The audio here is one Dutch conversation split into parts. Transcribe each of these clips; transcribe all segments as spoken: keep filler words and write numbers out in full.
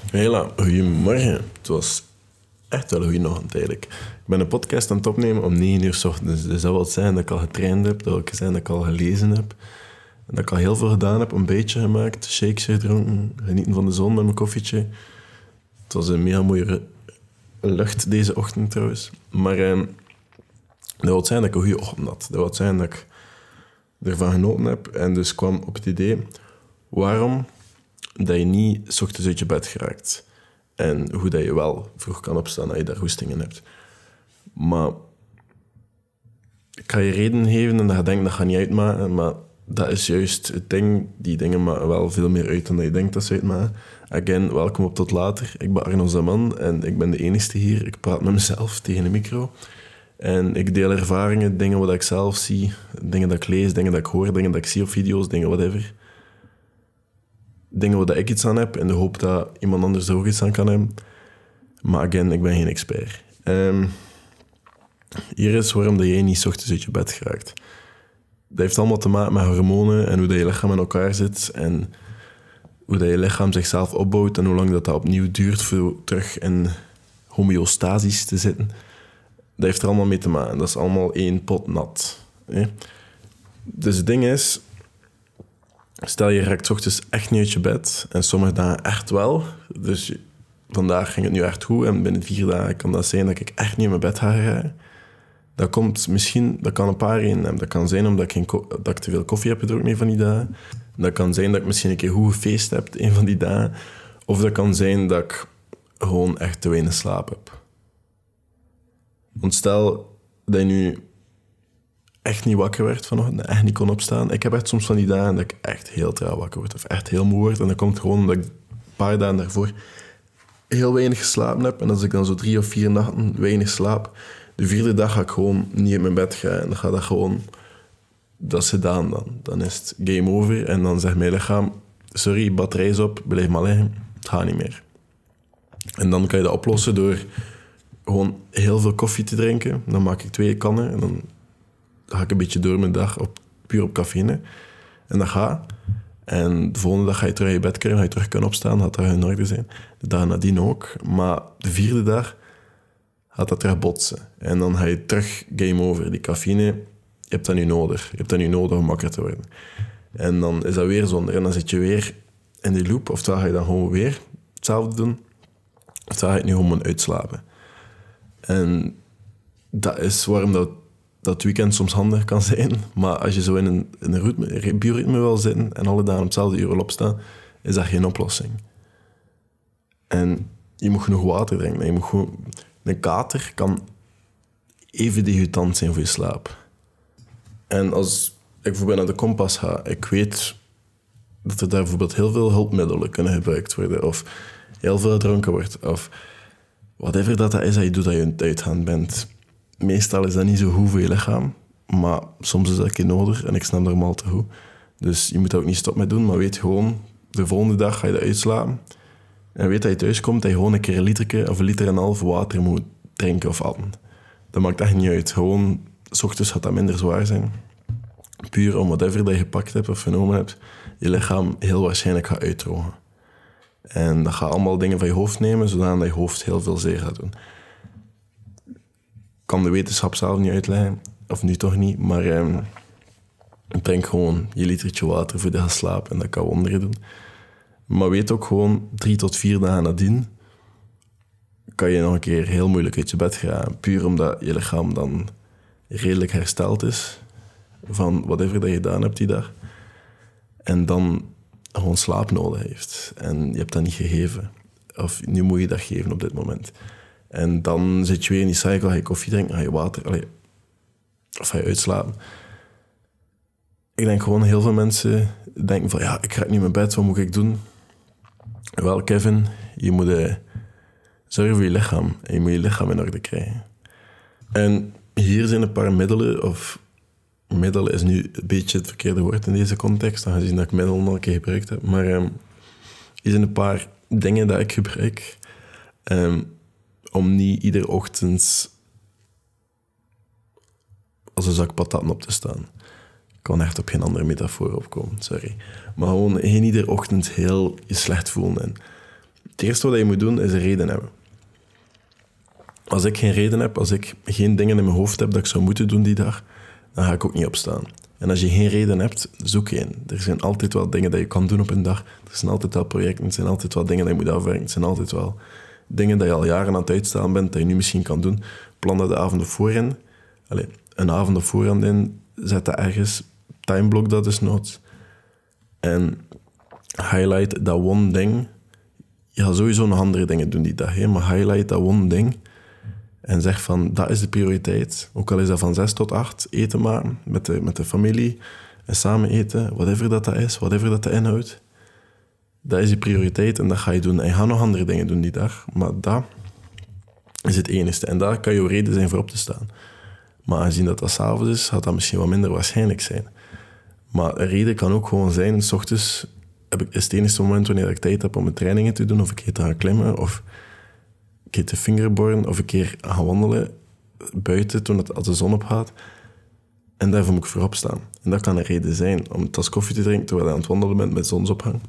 Hela, goedemorgen. Het was echt wel een goede ochtend eigenlijk. Ik ben een podcast aan het opnemen om negen uur 's ochtends. Dus dat wil zijn dat ik al getraind heb, dat wil zijn dat ik al gelezen heb. En dat ik al heel veel gedaan heb, een beetje gemaakt, shakes gedronken, genieten van de zon met mijn koffietje. Het was een mega mooie lucht deze ochtend trouwens. Maar eh, dat wil zijn dat ik een goede ochtend had. Dat wil zijn dat ik ervan genoten heb. En dus kwam op het idee, waarom dat je niet 's ochtends uit je bed geraakt. En hoe dat je wel vroeg kan opstaan als je daar goestingen hebt. Maar ik ga je reden geven en dat je denkt dat gaat niet uitmaken, maar dat is juist het ding. Die dingen maken wel veel meer uit dan dat je denkt dat ze uitmaken. Again, welkom op Tot Later. Ik ben Arno Zaman en ik ben de enige hier. Ik praat met mezelf tegen de micro. En ik deel ervaringen, dingen wat ik zelf zie, dingen dat ik lees, dingen dat ik hoor, dingen dat ik zie op video's, dingen whatever. Dingen waar ik iets aan heb, in de hoop dat iemand anders er ook iets aan kan hebben. Maar again, ik ben geen expert. Um, hier is waarom dat jij niet 's ochtends uit je bed geraakt. Dat heeft allemaal te maken met hormonen en hoe dat je lichaam in elkaar zit en hoe dat je lichaam zichzelf opbouwt en hoe lang dat, dat opnieuw duurt voor terug in homeostasis te zitten. Dat heeft er allemaal mee te maken. Dat is allemaal één pot nat. Hè? Dus het ding is, stel je raakt 's ochtends echt niet uit je bed en sommige dagen echt wel. Dus vandaag ging het nu echt goed en binnen vier dagen kan dat zijn dat ik echt niet uit mijn bed ga geraken. Dat komt misschien, dat kan een paar redenen hebben. Dat kan zijn omdat ik, geen, dat ik te veel koffie heb gedronken een van die dagen. Dat kan zijn dat ik misschien een keer goed gefeest heb een van die dagen. Of dat kan zijn dat ik gewoon echt te weinig slaap heb. Want stel dat je nu echt niet wakker werd vanochtend, echt niet kon opstaan. Ik heb echt soms van die dagen dat ik echt heel traag wakker word of echt heel moe word. En dat komt gewoon omdat ik een paar dagen daarvoor heel weinig geslapen heb. En als ik dan zo drie of vier nachten weinig slaap, de vierde dag ga ik gewoon niet in mijn bed gaan. En dan gaat dat gewoon, dat is gedaan dan. Dan is het game over en dan zegt mijn lichaam, sorry, batterij is op, blijf maar liggen, het gaat niet meer. En dan kan je dat oplossen door gewoon heel veel koffie te drinken. Dan maak ik twee kannen en dan ga ik een beetje door mijn dag op, puur op cafeïne. En dat gaat. En de volgende dag ga je terug in je bed krijgen, ga je terug kunnen opstaan, gaat dat in orde zijn. De dag nadien ook. Maar de vierde dag gaat dat terug botsen. En dan ga je terug game over. Die cafeïne, je hebt dat nu nodig. Je hebt dat nu nodig om wakker te worden. En dan is dat weer zonder. En dan zit je weer in die loop. Oftewel ga je dan gewoon weer hetzelfde doen. Oftewel ga je het nu gewoon uitslapen. En dat is waarom dat dat weekend soms handig kan zijn. Maar als je zo in een, in een ritme, bioritme wil zitten en alle dagen op hetzelfde uur wil opstaan, is dat geen oplossing. En je moet genoeg water drinken. Je moet gewoon, een kater kan even degoutant zijn voor je slaap. En als ik bijvoorbeeld naar de kompas ga, ik weet dat er daar bijvoorbeeld heel veel hulpmiddelen kunnen gebruikt worden, of heel veel gedronken wordt, of whatever dat is dat je doet dat je aan het uitgaan bent. Meestal is dat niet zo goed voor je lichaam, maar soms is dat een keer nodig en ik snap dat allemaal te goed. Dus je moet dat ook niet stoppen met doen, maar weet gewoon, de volgende dag ga je dat uitslapen. En weet dat je thuis komt, dat je gewoon een keer een liter of een liter en een half water moet drinken of atten. Dat maakt echt niet uit. Gewoon, 's ochtends gaat dat minder zwaar zijn. Puur om whatever dat je gepakt hebt of genomen hebt, je lichaam heel waarschijnlijk gaat uitdrogen. En dat gaat allemaal dingen van je hoofd nemen, zodat je hoofd heel veel zeer gaat doen. Ik kan de wetenschap zelf niet uitleggen, of nu toch niet, maar eh, drink gewoon je litertje water voor je gaat slapen en dat kan wonderen doen. Maar weet ook gewoon, drie tot vier dagen nadien kan je nog een keer heel moeilijk uit je bed gaan. Puur omdat je lichaam dan redelijk hersteld is van whatever dat je gedaan hebt die dag. En dan gewoon slaap nodig heeft. En je hebt dat niet gegeven. Of nu moet je dat geven op dit moment. En dan zit je weer in die cycle, ga je koffie drinken, ga je water, allee, of ga je uitslapen. Ik denk gewoon, heel veel mensen denken van, ja, ik ga niet in mijn bed, wat moet ik doen? Wel, Kevin, je moet uh, zorgen voor je lichaam. En je moet je lichaam in orde krijgen. En hier zijn een paar middelen, of middel is nu een beetje het verkeerde woord in deze context, aangezien dat ik middel nog een keer gebruikt heb. Maar um, hier zijn een paar dingen dat ik gebruik um, om niet iedere ochtend als een zak patatten op te staan. Ik kan echt op geen andere metafoor opkomen, sorry. Maar gewoon geen iedere ochtend heel je slecht voelen. En Het eerste wat je moet doen, is een reden hebben. Als ik geen reden heb, als ik geen dingen in mijn hoofd heb dat ik zou moeten doen die dag, dan ga ik ook niet opstaan. En als je geen reden hebt, zoek één. Er zijn altijd wel dingen dat je kan doen op een dag. Er zijn altijd wel projecten, er zijn altijd wel dingen dat je moet afwerken. Er zijn altijd wel dingen dat je al jaren aan het uitstellen bent, dat je nu misschien kan doen. Plan dat de avond ervoor in. Allee, een avond op voorhand in, zet dat ergens, timeblock dat is noods. En highlight dat one ding. Je gaat sowieso nog andere dingen doen die dag, hè, maar highlight dat one ding en zeg van, dat is de prioriteit. Ook al is dat van zes tot acht, eten maken met de, met de familie en samen eten, whatever dat, dat is, whatever dat, dat inhoudt. Dat is die prioriteit en dat ga je doen. En je gaat nog andere dingen doen die dag, maar dat is het enigste. En daar kan jouw reden zijn voor op te staan. Maar aangezien dat dat 's avonds is, gaat dat misschien wat minder waarschijnlijk zijn. Maar een reden kan ook gewoon zijn, 's ochtends heb ik, is het enige moment wanneer ik tijd heb om mijn trainingen te doen, of een keer te gaan klimmen, of een keer te fingerboarden, of een keer gaan wandelen buiten toen het, als de zon opgaat. En daarvoor moet ik voorop staan. En dat kan een reden zijn om een tas koffie te drinken terwijl je aan het wandelen bent met zonsopgang.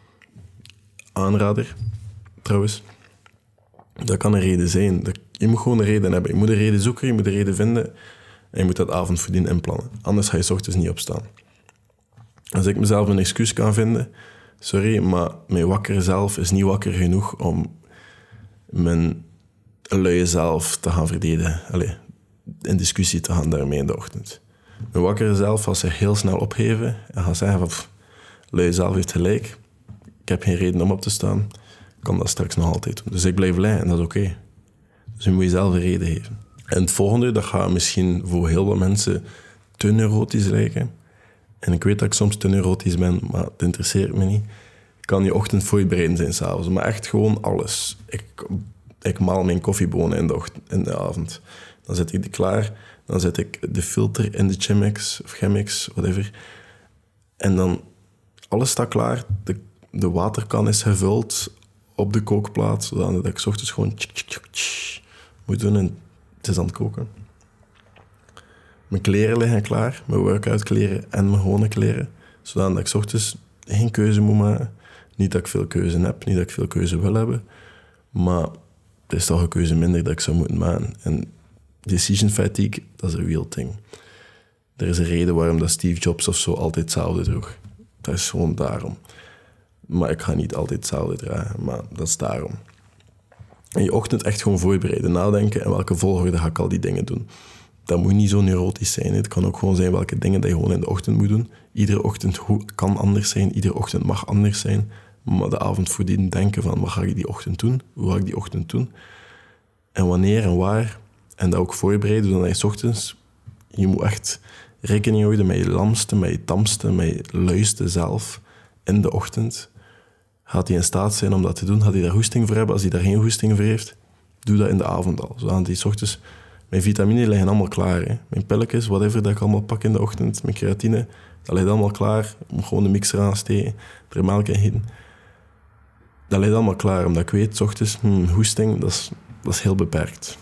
Aanrader, trouwens. Dat kan een reden zijn. Dat, je moet gewoon een reden hebben. Je moet een reden zoeken, je moet een reden vinden en je moet dat avondvoordien inplannen. Anders ga je 's ochtends niet opstaan. Als ik mezelf een excuus kan vinden, sorry, maar mijn wakker zelf is niet wakker genoeg om mijn luie zelf te gaan verdedigen. Allee, in discussie te gaan daarmee in de ochtend. Mijn wakker zelf gaat zich heel snel opgeven en gaat zeggen van, pff, luie zelf heeft gelijk, ik heb geen reden om op te staan, ik kan dat straks nog altijd doen. Dus ik blijf lui en dat is oké. Okay. Dus je moet jezelf een reden geven. En het volgende, dat gaat misschien voor heel wat mensen te neurotisch lijken. En ik weet dat ik soms te neurotisch ben, maar het interesseert me niet. Ik kan je ochtend voorbereiden zijn s'avonds, maar echt gewoon alles. Ik, ik maal mijn koffiebonen in de, ochtend, in de avond. Dan zet ik die klaar. Dan zet ik de filter in de Chemex of Chemex, whatever. En dan, alles staat klaar. De, de waterkan is gevuld op de kookplaat, zodat ik 's ochtends gewoon tsk, tsk, tsk, tsk, moet doen en het is aan het koken. Mijn kleren liggen klaar, mijn workout kleren en mijn gewone kleren. Zodat ik 's ochtends geen keuze moet maken. Niet dat ik veel keuze heb, niet dat ik veel keuze wil hebben. Maar het is toch een keuze minder dat ik zou moeten maken. En decision fatigue, dat is een real thing. Er is een reden waarom dat Steve Jobs of zo altijd hetzelfde droeg. Dat is gewoon daarom. Maar ik ga niet altijd hetzelfde dragen, maar dat is daarom. En je ochtend echt gewoon voorbereiden, nadenken en welke volgorde ga ik al die dingen doen. Dat moet niet zo neurotisch zijn. Het kan ook gewoon zijn welke dingen dat je gewoon in de ochtend moet doen. Iedere ochtend kan anders zijn, iedere ochtend mag anders zijn. Maar de avond voordien denken van, wat ga ik die ochtend doen? Hoe ga ik die ochtend doen? En wanneer en waar? En dat ook voorbereiden, zodat je 's ochtends... Je moet echt rekening houden met je lamste, met je tamste, met je luiste zelf in de ochtend. Gaat hij in staat zijn om dat te doen? Gaat hij daar goesting voor hebben? Als hij daar geen goesting voor heeft, doe dat in de avond al. Zodat hij 's ochtends... Mijn vitamine liggen allemaal klaar. Hè. Mijn pilletjes, whatever dat ik allemaal pak in de ochtend. Mijn creatine, dat ligt allemaal klaar. Ik moet gewoon de mixer aansteken, er melk in gieten. Dat ligt allemaal klaar, omdat ik weet, 's ochtends, hmm, hoesting, dat is, dat is heel beperkt.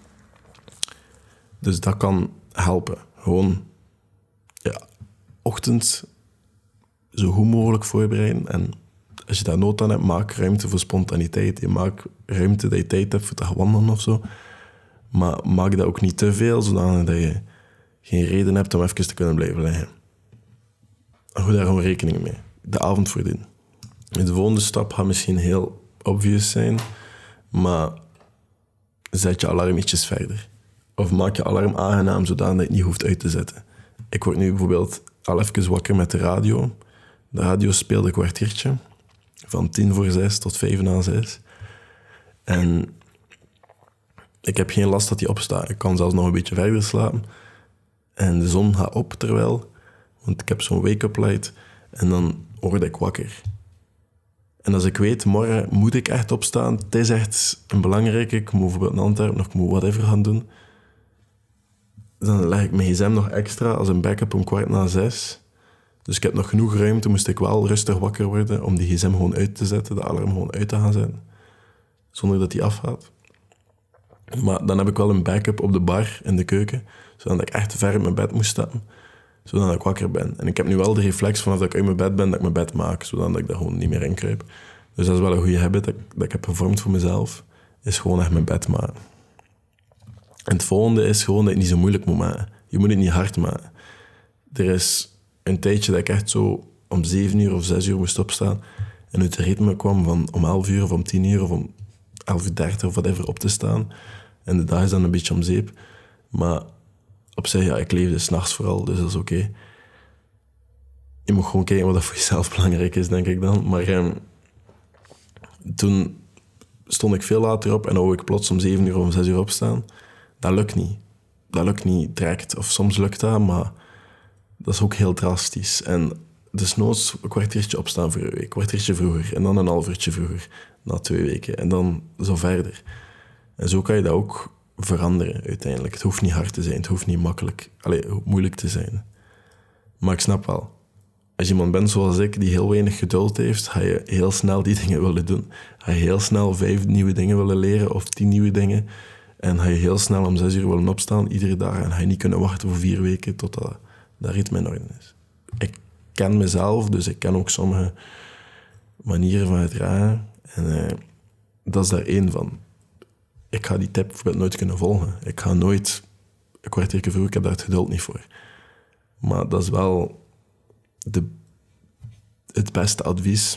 Dus dat kan helpen. Gewoon, ja, ochtend zo goed mogelijk voorbereiden. En als je daar nood aan hebt, maak ruimte voor spontaniteit. Je maakt ruimte dat je tijd hebt voor te gaan wandelen of zo. Maar maak dat ook niet te veel, zodat je geen reden hebt om even te kunnen blijven liggen. Hou daar gewoon rekening mee. De avond voordien. De volgende stap gaat misschien heel obvious zijn, maar zet je alarm ietsjes verder. Of maak je alarm aangenaam, zodat je het niet hoeft uit te zetten. Ik word nu bijvoorbeeld al even wakker met de radio. De radio speelt een kwartiertje, van tien voor zes tot vijf na zes. En ik heb geen last dat die opstaat. Ik kan zelfs nog een beetje verder slapen. En de zon gaat op terwijl, want ik heb zo'n wake-up light. En dan word ik wakker. En als ik weet, morgen moet ik echt opstaan. Het is echt een belangrijke. Ik moet bijvoorbeeld een Antwerpen of ik moet whatever gaan doen. Dan leg ik mijn gsm nog extra als een backup om kwart na zes. Dus ik heb nog genoeg ruimte. Moest ik wel rustig wakker worden om die gsm gewoon uit te zetten. De alarm gewoon uit te gaan zetten. Zonder dat die afgaat. Maar dan heb ik wel een backup op de bar in de keuken. Zodat ik echt ver in mijn bed moest stappen. Zodat ik wakker ben. En ik heb nu wel de reflex vanaf dat ik uit mijn bed ben, dat ik mijn bed maak. Zodat ik daar gewoon niet meer in kruip. Dus dat is wel een goede habit dat, dat ik heb gevormd voor mezelf. Is gewoon echt mijn bed maken. En het volgende is gewoon dat je het niet zo moeilijk moet maken. Je moet het niet hard maken. Er is een tijdje dat ik echt zo om zeven uur of zes uur moest opstaan en uit het ritme kwam van om elf uur of om tien uur of om elf uur dertig of whatever op te staan. En de dag is dan een beetje om zeep. Maar op zich, ja, ik leefde 's nachts vooral, dus dat is oké. Okay. Je moet gewoon kijken wat dat voor jezelf belangrijk is, denk ik dan. Maar eh, toen stond ik veel later op en dan wou ik plots om zeven uur of om zes uur opstaan. Dat lukt niet. Dat lukt niet direct. Of soms lukt dat, maar dat is ook heel drastisch. En dus noods een kwartiertje opstaan voor een week, een kwartiertje vroeger en dan een half uurtje vroeger, na twee weken. En dan zo verder. En zo kan je dat ook veranderen uiteindelijk. Het hoeft niet hard te zijn, het hoeft niet makkelijk, allez, moeilijk te zijn. Maar ik snap wel. Als je iemand bent zoals ik, die heel weinig geduld heeft, ga je heel snel die dingen willen doen. Ga je heel snel vijf nieuwe dingen willen leren of tien nieuwe dingen. En ga je heel snel om zes uur willen opstaan, iedere dag. En ga je niet kunnen wachten voor vier weken tot dat, dat ritme in orde is. Ik ken mezelf, dus ik ken ook sommige manieren van gedragen. En eh, dat is daar één van. Ik ga die tip bijvoorbeeld nooit kunnen volgen. Ik ga nooit een kwartiertje vroeg, ik heb daar het geduld niet voor. Maar dat is wel de, het beste advies.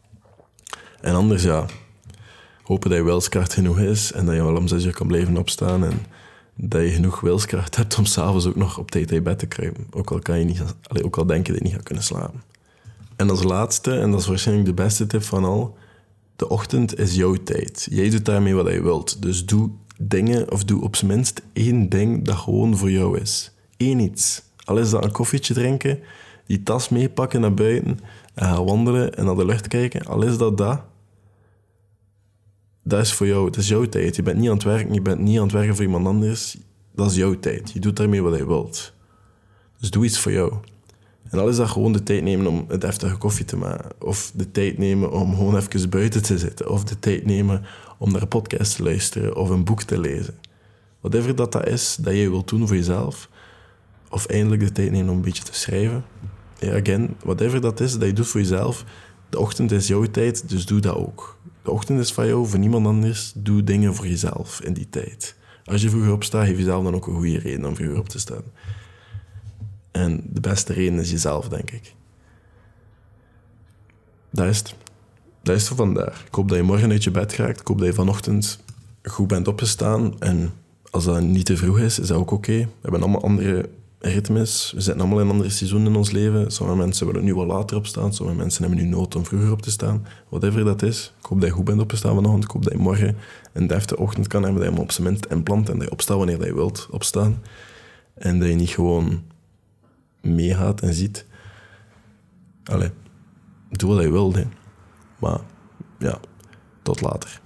En anders, ja, hopen dat je wilskracht genoeg is en dat je wel om zes uur kan blijven opstaan en dat je genoeg wilskracht hebt om s'avonds ook nog op tijd uit je bed te kruipen. Ook al, kan je niet, allee, ook al denk je dat je niet gaat kunnen slapen. En als laatste, en dat is waarschijnlijk de beste tip van al, de ochtend is jouw tijd. Jij doet daarmee wat je wilt. Dus doe dingen, of doe op zijn minst één ding dat gewoon voor jou is. Eén iets. Al is dat een koffietje drinken, die tas meepakken naar buiten en gaan wandelen en naar de lucht kijken. Al is dat dat. Dat is voor jou. Het is jouw tijd. Je bent niet aan het werken, je bent niet aan het werken voor iemand anders. Dat is jouw tijd. Je doet daarmee wat je wilt. Dus doe iets voor jou. En al is dat gewoon de tijd nemen om een deftige koffie te maken. Of de tijd nemen om gewoon even buiten te zitten. Of de tijd nemen om naar een podcast te luisteren. Of een boek te lezen. Whatever dat, dat is, dat je wilt doen voor jezelf. Of eindelijk de tijd nemen om een beetje te schrijven. Ja, again, whatever dat is, dat je doet voor jezelf. De ochtend is jouw tijd, dus doe dat ook. De ochtend is van jou, voor niemand anders. Doe dingen voor jezelf in die tijd. Als je vroeger opstaat, geef jezelf dan ook een goede reden om vroeger op te staan. En de beste reden is jezelf, denk ik. Dat is het. Dat is het voor vandaag. Ik hoop dat je morgen uit je bed raakt. Ik hoop dat je vanochtend goed bent opgestaan. En als dat niet te vroeg is, is dat ook oké. Okay. We hebben allemaal andere ritmes. We zitten allemaal in andere seizoenen in ons leven. Sommige mensen willen nu wat later opstaan. Sommige mensen hebben nu nood om vroeger op te staan. Whatever dat is. Ik hoop dat je goed bent opgestaan vanochtend. Ik hoop dat je morgen een deftige ochtend kan hebben. Dat je hem op zijn minst inplant. En dat je opstaat wanneer dat je wilt opstaan. En dat je niet gewoon meegaat en ziet. Allee, doe wat je wilt, hè. Maar ja, tot later.